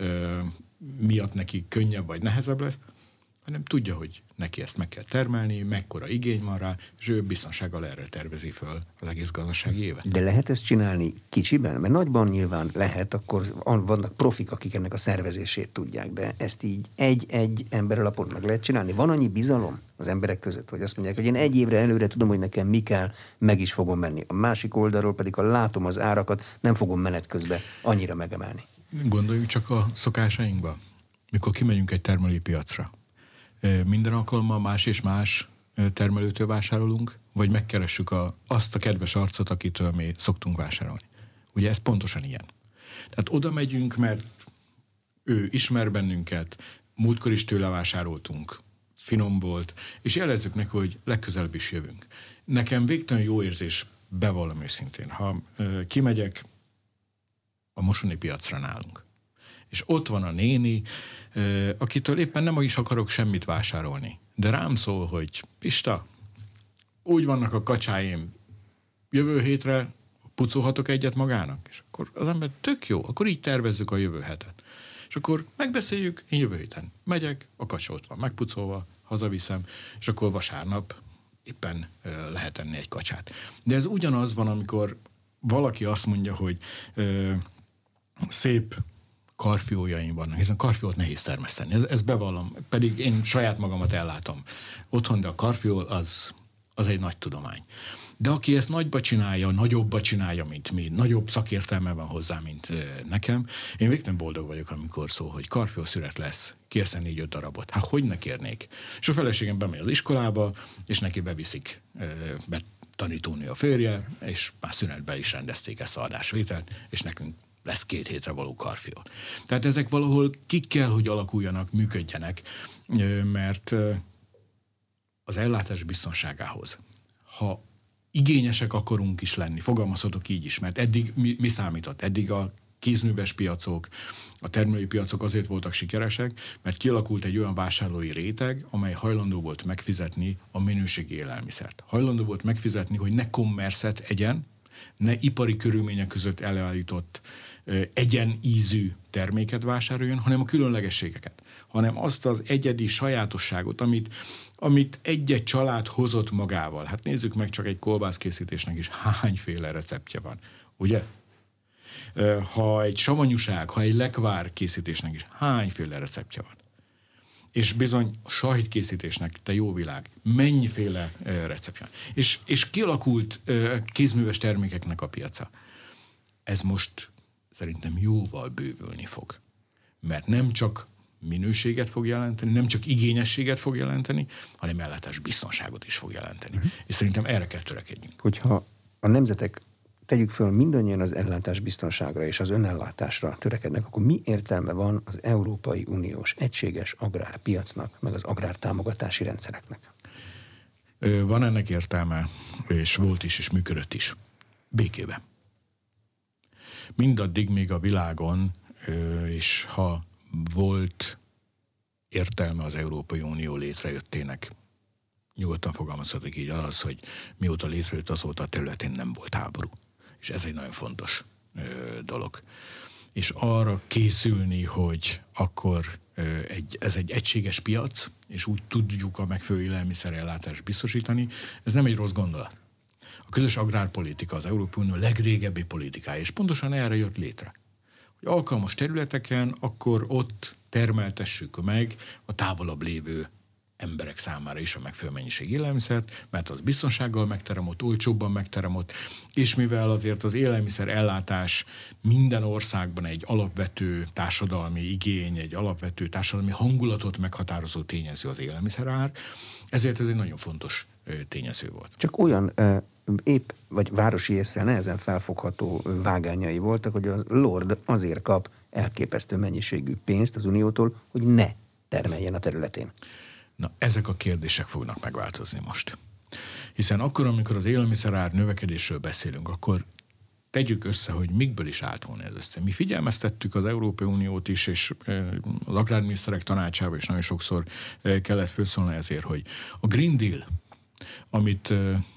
miatt neki könnyebb vagy nehezebb lesz, hanem tudja, hogy neki ezt meg kell termelni, mekkora igény van rá, és ő biztonsággal erre tervezi föl az egész gazdasági évet. De lehet ezt csinálni kicsiben? Mert nagyban nyilván lehet, akkor vannak profik, akik ennek a szervezését tudják, de ezt így egy ember alapon meg lehet csinálni. Van annyi bizalom az emberek között, hogy azt mondják, hogy én egy évre előre tudom, hogy nekem mi kell, meg is fogom menni. A másik oldalról pedig, ha látom az árakat, nem fogom menet közben annyira megemelni. Gondoljuk csak a szokásainkba. Mikor kimegyünk egy termelőpiacra, minden alkalommal más és más termelőtől vásárolunk, vagy megkeressük azt a kedves arcot, akitől mi szoktunk vásárolni. Ugye ez pontosan ilyen. Tehát oda megyünk, mert ő ismer bennünket, múltkor is tőle vásároltunk, finom volt, és jelezzük neki, hogy legközelebb is jövünk. Nekem végtelen jó érzés, bevallom őszintén, ha kimegyek a mosoni piacra nálunk, és ott van a néni, akitől éppen nem is akarok semmit vásárolni. De rám szól, hogy Pista, úgy vannak a kacsáim, jövő hétre pucolhatok egyet magának? És akkor az ember tök jó, akkor így tervezzük a jövő hetet. És akkor megbeszéljük, én jövő héten megyek, a kacsa ott van megpucolva, hazaviszem, és akkor vasárnap éppen lehet enni egy kacsát. De ez ugyanaz van, amikor valaki azt mondja, hogy szép karfiójaim vannak, hiszen karfiót nehéz termeszteni. Ez bevallom, pedig én saját magamat ellátom otthon, de a karfió az egy nagy tudomány. De aki ezt nagyba csinálja, nagyobba csinálja, mint mi, nagyobb szakértelme van hozzá, mint nekem, én végtelen boldog vagyok, amikor szól, hogy karfiószüret lesz, kérsz 4-5 darabot. Hát hogy ne kérnék? És a feleségem bemegy az iskolába, és neki beviszik tanítónő a férje, és már szünetben is rendezték ezt a adásvételt, és nekünk lesz 2 hétre való karfiol. Tehát ezek valahol ki kell, hogy alakuljanak, működjenek, mert az ellátás biztonságához, ha igényesek akarunk is lenni, fogalmazhatok így is, mert eddig mi számított? Eddig a kézműves piacok, a termelői piacok azért voltak sikeresek, mert kialakult egy olyan vásárlói réteg, amely hajlandó volt megfizetni a minőségi élelmiszert. Hajlandó volt megfizetni, hogy ne kommerszet egyen, ne ipari körülmények között előállított egyenízű terméket vásároljon, hanem a különlegességeket, hanem azt az egyedi sajátosságot, amit egy-egy család hozott magával. Hát nézzük meg, csak egy kolbászkészítésnek is hányféle receptje van, ugye? Ha egy savanyúság, ha egy lekvár készítésnek is hányféle receptje van. És bizony a sajtkészítésnek, te jó világ, mennyiféle receptje. És kialakult kézműves termékeknek a piaca. Ez most szerintem jóval bővülni fog. Mert nem csak minőséget fog jelenteni, nem csak igényességet fog jelenteni, hanem ellátás biztonságot is fog jelenteni. És szerintem erre kell törekedjünk. Hogyha a nemzetek, tegyük föl, mindannyian az ellátás biztonságra és az önellátásra törekednek, akkor mi értelme van az Európai Uniós egységes agrárpiacnak, meg az agrártámogatási rendszereknek? Van ennek értelme, és volt is, és működött is. Békében. Mindaddig még a világon, és ha volt értelme az Európai Unió létrejöttének, nyugodtan fogalmazhatok így az, hogy mióta létrejött, azóta a területén nem volt háború. És ez egy nagyon fontos dolog. És arra készülni, hogy akkor ez egy egységes piac, és úgy tudjuk a megfelelő élelmiszerellátást biztosítani, ez nem egy rossz gondolat. A közös agrárpolitika az Európai Unió legrégebbi politikája, és pontosan erre jött létre. Hogy alkalmas területeken, akkor ott termeltessük meg a távolabb lévő emberek számára is a megfelelő mennyiség élelmiszert, mert az biztonsággal megteremott, olcsóbban megteremott, és mivel azért az élelmiszer ellátás minden országban egy alapvető társadalmi igény, egy alapvető társadalmi hangulatot meghatározó tényező az élelmiszerár, ezért ez egy nagyon fontos tényező volt. Csak olyan épp vagy városi ésszel nehezen felfogható vágányai voltak, hogy a Lord azért kap elképesztő mennyiségű pénzt az Uniótól, hogy ne termeljen a területén. Na, ezek a kérdések fognak megváltozni most. Hiszen akkor, amikor az élelmiszerár növekedésről beszélünk, akkor tegyük össze, hogy mikből is állt volna ez össze. Mi figyelmeztettük az Európai Uniót is, és az agrárminiszterek tanácsában is nagyon sokszor kellett felszólni ezért, hogy a Green Deal, amit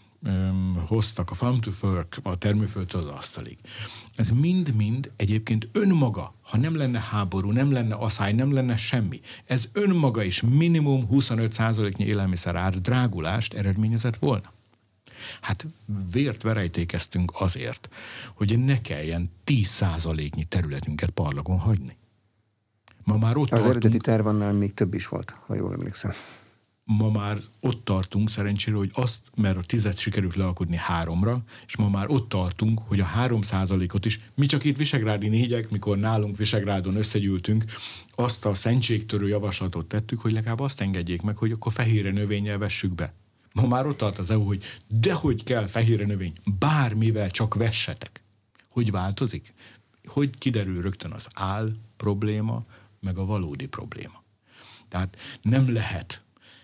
hoztak a Farm to Fork, a termőföldtől az asztalig. Ez mind-mind egyébként önmaga, ha nem lenne háború, nem lenne asszály, nem lenne semmi, ez önmaga is minimum 25%-nyi élelmiszerár drágulást eredményezett volna. Hát vért verejtékeztünk azért, hogy ne kelljen 10%-nyi területünket parlagon hagyni. Ma már ott az eredeti terv annál még több is volt, ha jól emlékszem. Ma már ott tartunk szerencsére, hogy azt, mert a 10-et sikerült lealkudni 3-ra, és ma már ott tartunk, hogy a 3%-ot is, mi csak itt visegrádi négyek, mikor nálunk Visegrádon összegyűltünk, azt a szentségtörő javaslatot tettük, hogy legalább azt engedjék meg, hogy akkor fehérre növényel vessük be. Ma már ott tart az EU, hogy dehogy kell fehérre növény, bármivel csak vessetek. Hogy változik? Hogy kiderül rögtön az áll probléma, meg a valódi probléma. Tehát nem lehet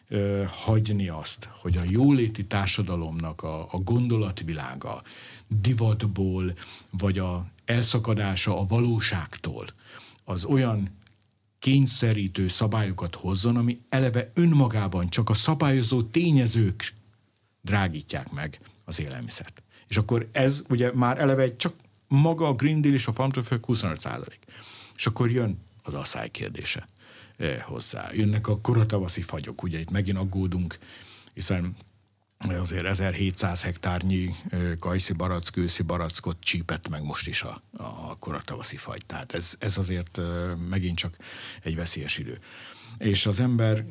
hagyni azt, hogy a jóléti társadalomnak a gondolatvilága divatból, vagy a elszakadása a valóságtól az olyan kényszerítő szabályokat hozzon, ami eleve önmagában csak a szabályozó tényezők drágítják meg az élelmiszert. És akkor ez ugye már eleve csak maga a Green Deal és a Farm to Fork 25%. És akkor jön az asszály kérdése hozzá. Jönnek a koratavaszi fagyok, ugye itt megint aggódunk, hiszen azért 1700 hektárnyi kajszi barack, őszi barackot csípett meg most is a koratavaszi fagy. Tehát ez azért megint csak egy veszélyes idő. És az ember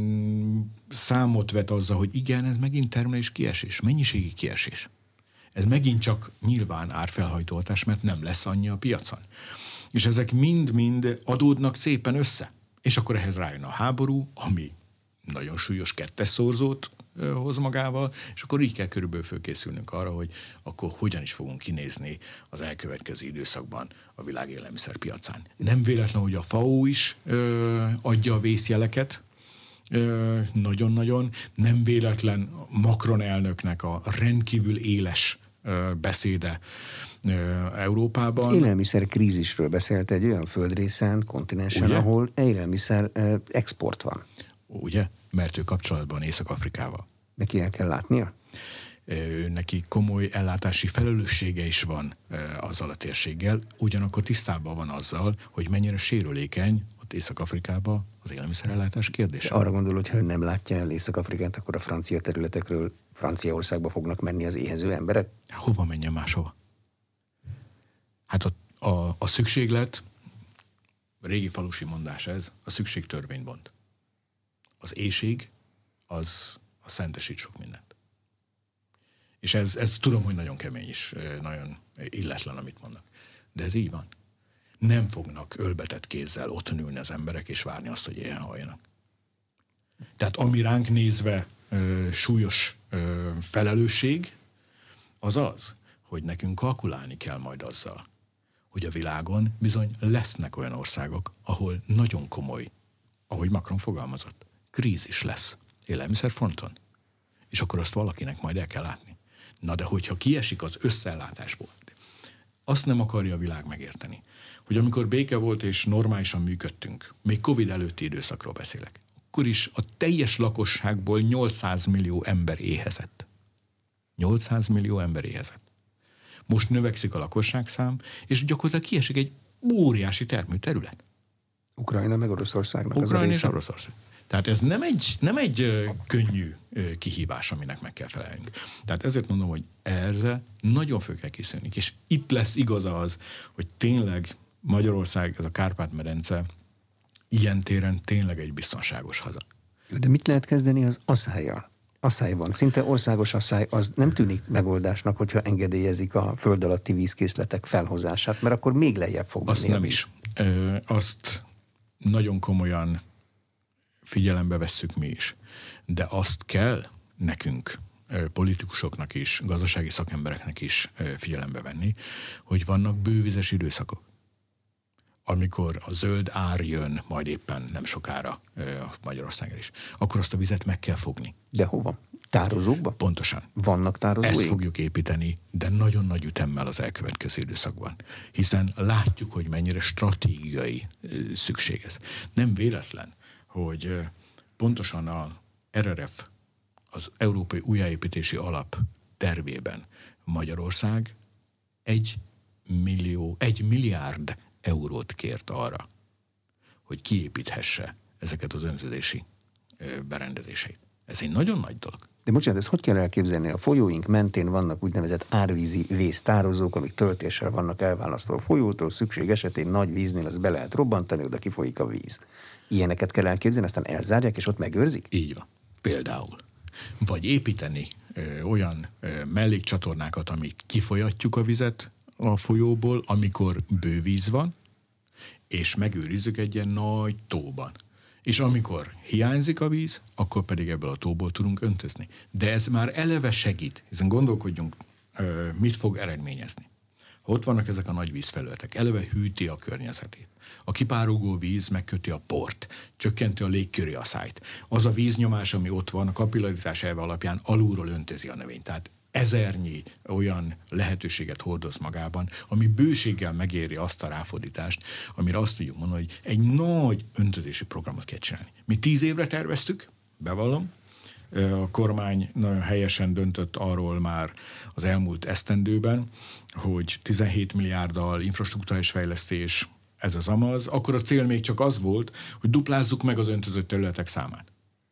számot vet azzal, hogy igen, ez megint termelés kiesés, mennyiségi kiesés. Ez megint csak nyilván árfelhajtóhatás, mert nem lesz annyi a piacon. És ezek mind-mind adódnak szépen össze. És akkor ehhez rájön a háború, ami nagyon súlyos kettes szorzót hoz magával, és akkor így kell körülbelül fölkészülnünk arra, hogy akkor hogyan is fogunk kinézni az elkövetkező időszakban a világ élelmiszerpiacán. Nem véletlen, hogy a FAO is adja a vészjeleket, nagyon-nagyon. Nem véletlen Macron elnöknek a rendkívül éles beszéde Európában. Élelmiszer krízisről beszélt egy olyan földrészen, kontinensen, ugye? Ahol élelmiszer export van. Ugye? Mert ő kapcsolatban Észak-Afrikával. Neki el kell látnia? Neki komoly ellátási felelőssége is van azzal a térséggel, ugyanakkor tisztában van azzal, hogy mennyire sérülékeny ott Észak-Afrikában az élelmiszerellátás kérdése. Arra gondol, hogy ha nem látja el Észak-Afrikát, akkor a francia területekről Franciaországba fognak menni az éhező emberek? Hova menjen máshova? Hát a szükséglet, régi falusi mondás ez, a szükség törvényt bont. Az éhség, az szentesít sok mindent. És ez tudom, hogy nagyon kemény is, nagyon illetlen, amit mondnak. De ez így van. Nem fognak ölbetett kézzel ott ülni az emberek, és várni azt, hogy ilyen halljanak. Tehát ami ránk nézve súlyos felelősség, az az, hogy nekünk kalkulálni kell majd azzal, hogy a világon bizony lesznek olyan országok, ahol nagyon komoly, ahogy Macron fogalmazott, krízis lesz élelmiszerfronton. És akkor azt valakinek majd el kell látni. Na de hogyha kiesik az összeellátásból, azt nem akarja a világ megérteni, hogy amikor béke volt és normálisan működtünk, még Covid előtti időszakról beszélek, akkor is a teljes lakosságból 800 millió ember éhezett. 800 millió ember éhezett. Most növekszik a lakosságszám, és gyakorlatilag kiesik egy óriási termőterület. Ukrajna meg Oroszországnak Ukrajna az a és része. Oroszország. Tehát ez nem egy könnyű kihívás, aminek meg kell felelnünk. Tehát ezért mondom, hogy erre nagyon föl kell készülni. És itt lesz igaz az, hogy tényleg Magyarország, ez a Kárpát-medence ilyen téren tényleg egy biztonságos haza. De mit lehet kezdeni az asszályjal? Asszály van. Szinte országos asszály, az nem tűnik megoldásnak, hogyha engedélyezik a föld alatti vízkészletek felhozását, mert akkor még lejjebb fog menni. Azt nem is. Azt nagyon komolyan figyelembe vesszük mi is. De azt kell nekünk, politikusoknak is, gazdasági szakembereknek is figyelembe venni, hogy vannak bővizes időszakok. Amikor a zöld ár jön, majd éppen nem sokára Magyarországon is, akkor azt a vizet meg kell fogni. De hova? Tározókba? Pontosan. Vannak tározóink? Ezt fogjuk építeni, de nagyon nagy ütemmel az elkövetkező időszakban. Hiszen látjuk, hogy mennyire stratégiai szükség ez. Nem véletlen, hogy pontosan a RRF, az Európai Újjáépítési Alap tervében Magyarország 1 milliárd eurót kért arra, hogy kiépíthesse ezeket az öntözési berendezéseit. Ez egy nagyon nagy dolog. De bocsánat, ezt hogy kell elképzelni? A folyóink mentén vannak úgynevezett árvízi vésztározók, amik töltéssel vannak elválasztva a folyótól, szükség esetén nagy víznél azt be lehet robbantani, oda kifolyik a víz. Ilyeneket kell elképzelni, aztán elzárják, és ott megőrzik? Így van. Például. Vagy építeni olyan mellékcsatornákat, amit kifolyatjuk a vizet a folyóból, amikor bővíz van, és megőrizzük egy ilyen nagy tóban. És amikor hiányzik a víz, akkor pedig ebből a tóból tudunk öntözni. De ez már eleve segít, hiszen gondolkodjunk, mit fog eredményezni. Ha ott vannak ezek a nagy vízfelületek, eleve hűti a környezetét. A kipárogó víz megköti a port, csökkenti a légköri asszályt. Az a víznyomás, ami ott van, a kapillaritás elve alapján alulról öntözi a növényt. Tehát ezernyi olyan lehetőséget hordoz magában, ami bőséggel megéri azt a ráfordítást, amire azt tudjuk mondani, hogy egy nagy öntözési programot kell csinálni. Mi 10 évre terveztük, bevallom, a kormány nagyon helyesen döntött arról már az elmúlt esztendőben, hogy 17 milliárddal infrastruktúrális fejlesztés, ez az amaz, akkor a cél még csak az volt, hogy duplázzuk meg az öntözött területek számát.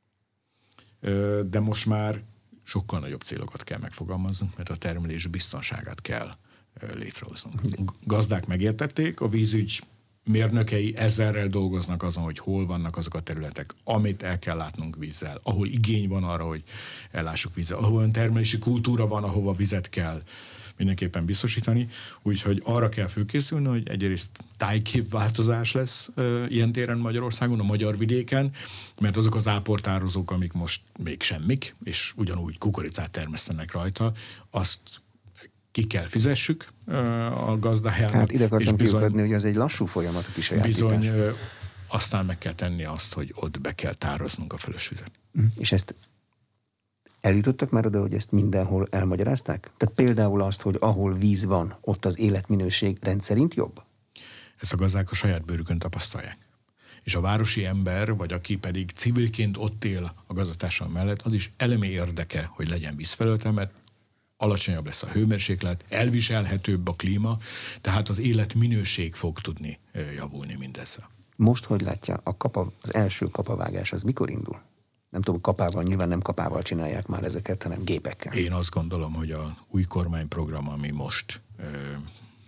De most már sokkal nagyobb célokat kell megfogalmaznunk, mert a termelés biztonságát kell létrehoznunk. Gazdák megértették, a vízügy mérnökei ezerrel dolgoznak azon, hogy hol vannak azok a területek, amit el kell látnunk vízzel, ahol igény van arra, hogy ellássuk vízzel, ahol olyan termelési kultúra van, ahova vizet kell mindenképpen biztosítani, úgyhogy arra kell fölkészülni, hogy egyrészt tájképváltozás lesz ilyen téren Magyarországon, a magyar vidéken, mert azok az áportározók, amik most még semmik, és ugyanúgy kukoricát termesztenek rajta, azt ki kell fizessük a gazdájának. Hát ide akartam kiukadni, hogy az egy lassú folyamat a kisajátítás. Bizony, aztán meg kell tenni azt, hogy ott be kell tároznunk a fölös vizet. És ezt eljutottak már oda, hogy ezt mindenhol elmagyarázták? Tehát például azt, hogy ahol víz van, ott az életminőség rendszerint jobb? Ezt a gazdák a saját bőrükön tapasztalják. És a városi ember, vagy aki pedig civilként ott él a gazdatársam mellett, az is elemi érdeke, hogy legyen vízfelülete, mert alacsonyabb lesz a hőmérséklet, elviselhetőbb a klíma, tehát az életminőség fog tudni javulni mindezzel. Most hogy látja, az első kapavágás az mikor indul? Nem tudom, kapával, nyilván nem kapával csinálják már ezeket, hanem gépekkel. Én azt gondolom, hogy a új kormányprogram, ami most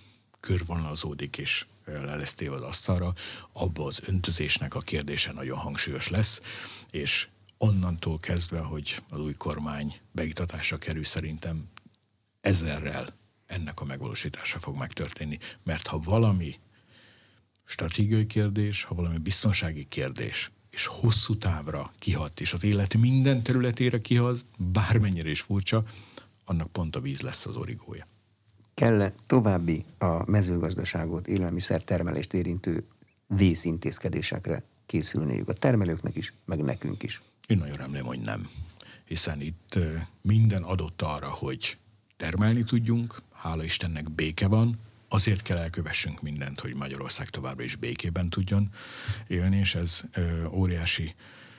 körvonalazódik és le lesz téve az asztalra, abba az öntözésnek a kérdése nagyon hangsúlyos lesz, és onnantól kezdve, hogy az új kormány beiktatásra kerül, szerintem ezerrel ennek a megvalósítása fog megtörténni. Mert ha valami stratégiai kérdés, ha valami biztonsági kérdés, és hosszú távra kihat, és az élet minden területére kihat, bármennyire is furcsa, annak pont a víz lesz az origója. Kell-e további a mezőgazdaságot, élelmiszertermelést érintő vészintézkedésekre készülniük a termelőknek is, meg nekünk is? Én nagyon remélem, hogy nem. Hiszen itt minden adott arra, hogy termelni tudjunk, hála Istennek béke van, azért kell elkövessünk mindent, hogy Magyarország továbbra is békében tudjon élni, és ez óriási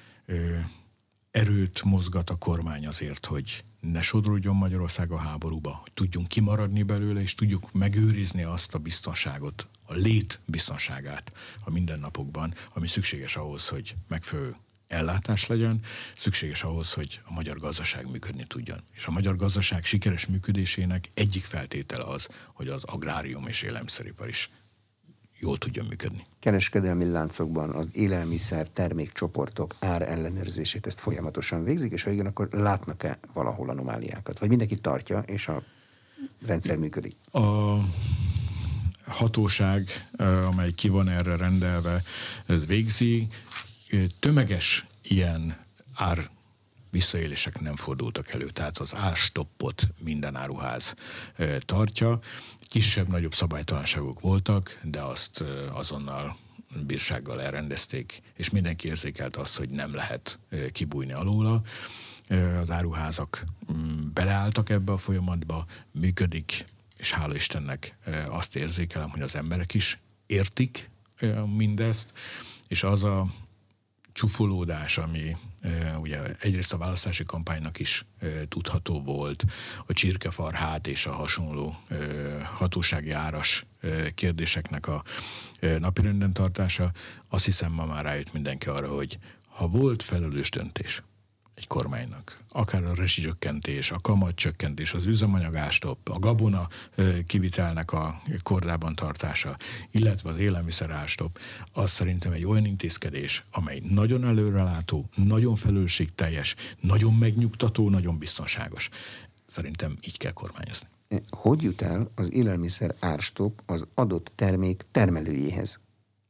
erőt mozgat a kormány azért, hogy ne sodródjon Magyarország a háborúba, hogy tudjunk kimaradni belőle, és tudjuk megőrizni azt a biztonságot, a lét biztonságát a mindennapokban, ami szükséges ahhoz, hogy megfelelő ellátás legyen, szükséges ahhoz, hogy a magyar gazdaság működni tudjon. És a magyar gazdaság sikeres működésének egyik feltétele az, hogy az agrárium és élelmiszeripar is jól tudjon működni. Kereskedelmi láncokban az élelmiszer termékcsoportok ár ellenőrzését ezt folyamatosan végzik, és ha igen, akkor látnak-e valahol anomáliákat? Vagy mindenki tartja, és a rendszer működik? A hatóság, amely ki van erre rendelve, ez végzi. Tömeges ilyen ár visszaélések nem fordultak elő, tehát az árstoppot minden áruház tartja. Kisebb-nagyobb szabálytalanságok voltak, de azt azonnal bírsággal elrendezték, és mindenki érzékelte azt, hogy nem lehet kibújni alóla. Az áruházak beleálltak ebbe a folyamatba, működik, és hála Istennek azt érzékelem, hogy az emberek is értik mindezt, és az a csufolódás, ami ugye egyrészt a választási kampánynak is tudható volt, a csirkefarhát és a hasonló hatósági áras kérdéseknek a napirenden tartása, azt hiszem ma már rájött mindenki arra, hogy ha volt felelős döntés egy kormánynak, akár a rezsicsökkentés, a kamatcsökkentés, az üzemanyagástopp, a gabona kivitelnek a kordában tartása, illetve az élelmiszerástopp, az szerintem egy olyan intézkedés, amely nagyon előrelátó, nagyon felelősségteljes, nagyon megnyugtató, nagyon biztonságos. Szerintem így kell kormányozni. Hogy jut el az élelmiszer árstopp az adott termék termelőjéhez?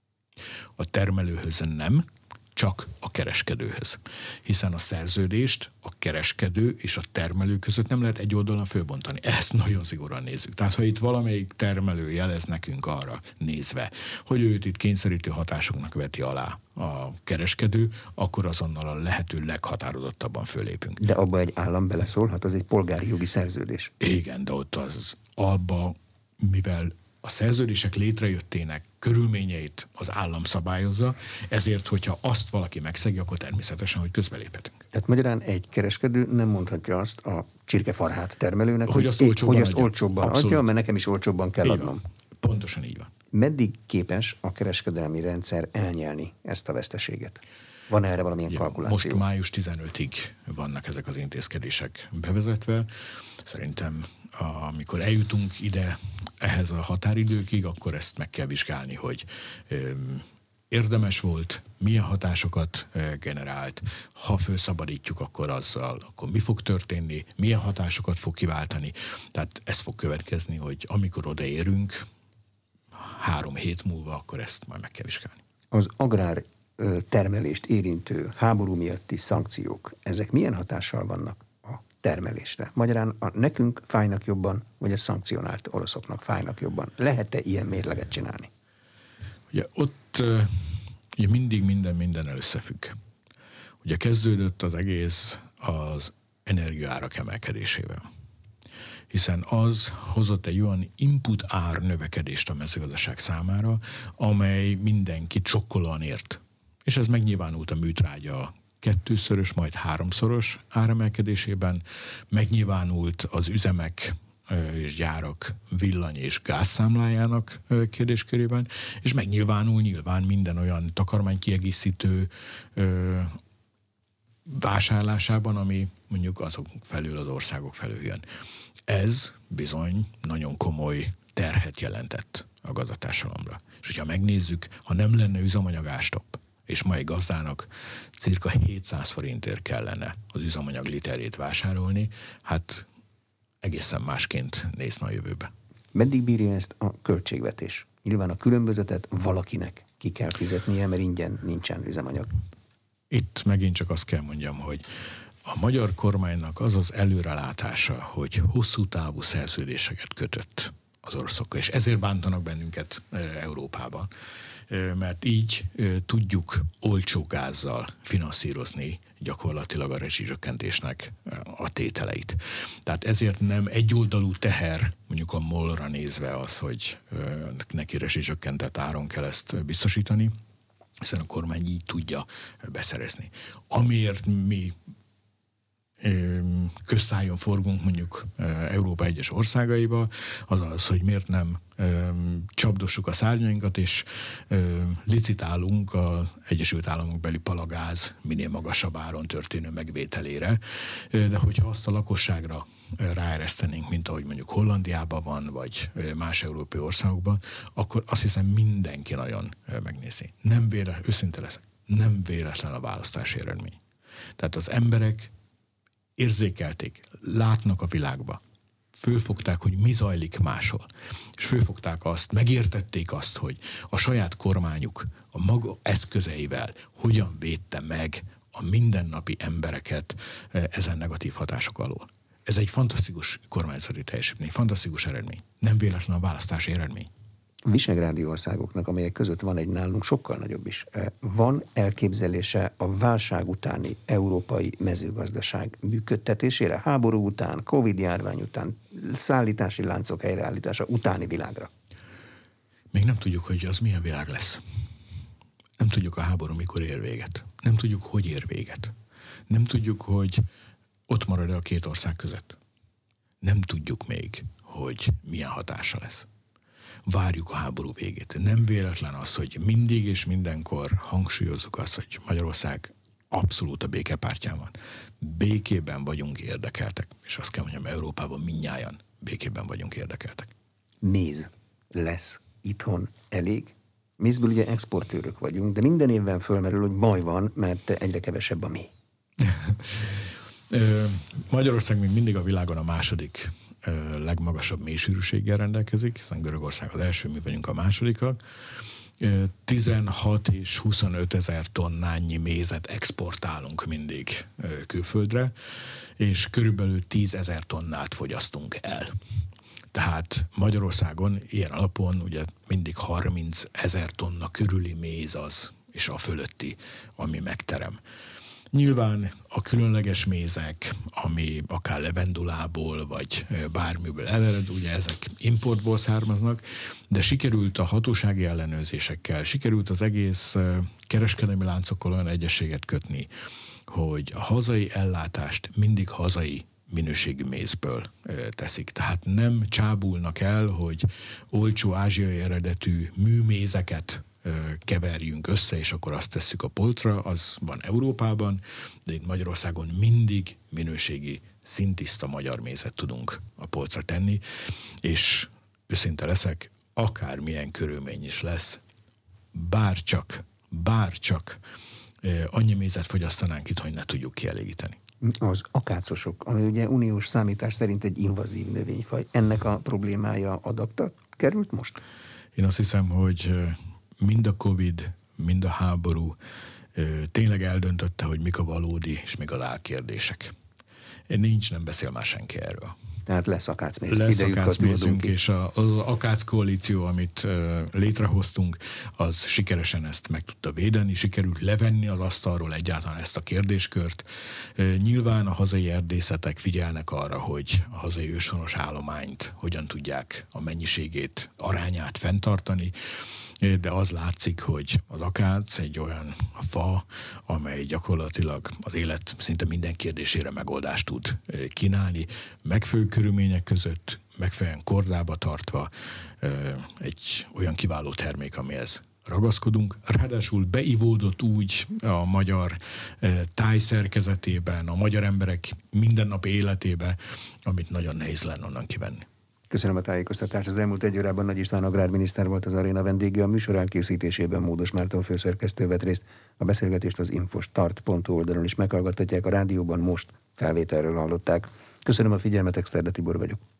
A termelőhöz nem, csak a kereskedőhöz. Hiszen a szerződést a kereskedő és a termelő között nem lehet egy oldalon fölbontani. Ezt nagyon szigorúan nézzük. Tehát, ha itt valamelyik termelő jelez nekünk arra nézve, hogy őt itt kényszerítő hatásoknak veti alá a kereskedő, akkor azonnal a lehető leghatározottabban fölépünk. De abba egy állam beleszólhat, az egy polgári jogi szerződés. Igen, de ott abba, mivel a szerződések létrejöttének körülményeit az állam szabályozza, ezért, hogyha azt valaki megszegi, akkor természetesen, hogy közbeléphetünk. Tehát magyarán egy kereskedő nem mondhatja azt a csirkefarhát termelőnek, hogy azt olcsóbban adja, mert nekem is olcsóbban kell így adnom. Van. Pontosan így van. Meddig képes a kereskedelmi rendszer elnyelni ezt a veszteséget? Van erre valamilyen kalkuláció? Most május 15-ig vannak ezek az intézkedések bevezetve. Szerintem amikor eljutunk ide ehhez a határidőkig, akkor ezt meg kell vizsgálni, hogy érdemes volt, milyen hatásokat generált, ha felszabadítjuk, akkor mi fog történni, milyen hatásokat fog kiváltani. Tehát ez fog következni, hogy amikor odaérünk, 3 hét múlva, akkor ezt majd meg kell vizsgálni. Az agrár termelést érintő háború miatti szankciók, ezek milyen hatással vannak a termelésre? Magyarán nekünk fájnak jobban, vagy a szankcionált oroszoknak fájnak jobban? Lehet-e ilyen mérleget csinálni? Ugye ott ugye mindig minden összefügg. Ugye kezdődött az egész az energiaárak emelkedésével. Hiszen az hozott egy olyan input ár növekedést a mezőgazdaság számára, amely mindenkit sokkolóan ért. És ez megnyilvánult a műtrágya 2-szörös, majd 3-szoros áremelkedésében, megnyilvánult az üzemek és gyárak villany- és gázszámlájának kérdéskörében, és megnyilvánul nyilván minden olyan takarmánykiegészítő vásárlásában, ami mondjuk azok felül, az országok felül jön. Ez bizony nagyon komoly terhet jelentett a gazdatársadalomra. És hogyha megnézzük, ha nem lenne üzemanyagástop, és mai gazdának cirka 700 forintért kellene az üzemanyag literét vásárolni, hát egészen másként nézne a jövőbe. Meddig bírja ezt a költségvetés? Nyilván a különbözetet valakinek ki kell fizetnie, mert ingyen nincsen üzemanyag. Itt megint csak azt kell mondjam, hogy a magyar kormánynak az az előrelátása, hogy hosszú távú szerződéseket kötött az oroszokkal, és ezért bántanak bennünket Európában, mert így tudjuk olcsó gázzal finanszírozni gyakorlatilag a rezsicsökkentésnek a tételeit. Tehát ezért nem egyoldalú teher, mondjuk a MOL-ra nézve az, hogy neki rezsicsökkentett áron kell ezt biztosítani, hiszen a kormány így tudja beszerezni. Amiért mi közszájon forgunk mondjuk Európa egyes országaiba, az az, hogy miért nem csapdossuk a szárnyainkat, és licitálunk az Egyesült Államok beli palagáz minél magasabb áron történő megvételére, de hogyha azt a lakosságra ráeresztenénk, mint ahogy mondjuk Hollandiában van, vagy más európai országokban, akkor azt hiszem mindenki nagyon megnézi. Őszinte leszek, nem véletlen a választási eredmény. Tehát az emberek érzékelték, látnak a világba, fölfogták, hogy mi zajlik máshol, és fölfogták azt, megértették azt, hogy a saját kormányuk a maga eszközeivel hogyan védte meg a mindennapi embereket ezen negatív hatások alól. Ez egy fantasztikus kormányzati teljesítmény, fantasztikus eredmény. Nem véletlen a választási eredmény. A visegrádi országoknak, amelyek között van egy nálunk sokkal nagyobb is, van elképzelése a válság utáni európai mezőgazdaság működtetésére, háború után, Covid-járvány után, szállítási láncok helyreállítása utáni világra? Még nem tudjuk, hogy az milyen világ lesz. Nem tudjuk, a háború mikor ér véget. Nem tudjuk, hogy ér véget. Nem tudjuk, hogy ott marad-e a két ország között. Nem tudjuk még, hogy milyen hatása lesz. Várjuk a háború végét. Nem véletlen az, hogy mindig és mindenkor hangsúlyozzuk azt, hogy Magyarország abszolút a békepártján van. Békében vagyunk érdekeltek. És azt kell mondjam, Európában mindnyájan békében vagyunk érdekeltek. Méz lesz itthon elég? Mézből ugye exportőrök vagyunk, de minden évben fölmerül, hogy baj van, mert egyre kevesebb a méh. Magyarország még mindig a világon a második legmagasabb méhsűrűséggel rendelkezik, hiszen Görögország az első, mi vagyunk a másodikak. 16 és 25 ezer tonnányi mézet exportálunk mindig külföldre, és körülbelül 10 000 tonnát fogyasztunk el. Tehát Magyarországon ilyen alapon ugye mindig 30 000 tonna körüli méz az, és a fölötti, ami megterem. Nyilván a különleges mézek, ami akár levendulából, vagy bármiből elered, ugye ezek importból származnak, de sikerült a hatósági ellenőrzésekkel, sikerült az egész kereskedelmi láncokkal olyan egyességet kötni, hogy a hazai ellátást mindig hazai minőségű mézből teszik. Tehát nem csábulnak el, hogy olcsó ázsiai eredetű műmézeket keverjünk össze, és akkor azt tesszük a polcra, az van Európában, de itt Magyarországon mindig minőségi, szintiszta magyar mézet tudunk a polcra tenni, és őszinte leszek, akármilyen körülmény is lesz, bárcsak annyi mézet fogyasztanánk itt, hogy ne tudjuk kielégíteni. Az akácosok, ami ugye uniós számítás szerint egy invazív növényfaj, ennek a problémája adapta került most? Én azt hiszem, hogy mind a Covid, mind a háború tényleg eldöntötte, hogy mik a valódi és mik az álkérdések. Nem beszél már senki erről. Tehát lesz akácméz. Lesz akácmézünk, és az akác koalíció, amit létrehoztunk, az sikeresen ezt meg tudta védeni, sikerült levenni az asztalról egyáltalán ezt a kérdéskört. Nyilván a hazai erdészetek figyelnek arra, hogy a hazai őshonos állományt hogyan tudják a mennyiségét, arányát fenntartani, de az látszik, hogy az akác egy olyan fa, amely gyakorlatilag az élet szinte minden kérdésére megoldást tud kínálni, megfelelő körülmények között, megfelelően kordába tartva egy olyan kiváló termék, amihez ragaszkodunk. Ráadásul beivódott úgy a magyar tájszerkezetében, a magyar emberek mindennapi életébe, amit nagyon nehéz lenne onnan kivenni. Köszönöm a tájékoztatást. Az elmúlt egy órában Nagy István agrárminiszter volt az aréna vendége. A műsor elkészítésében Módos Márton főszerkesztő vett részt. A beszélgetést az infostart.hu oldalon is meghallgathatják, a rádióban most felvételről hallották. Köszönöm a figyelmet, Exterde Tibor vagyok.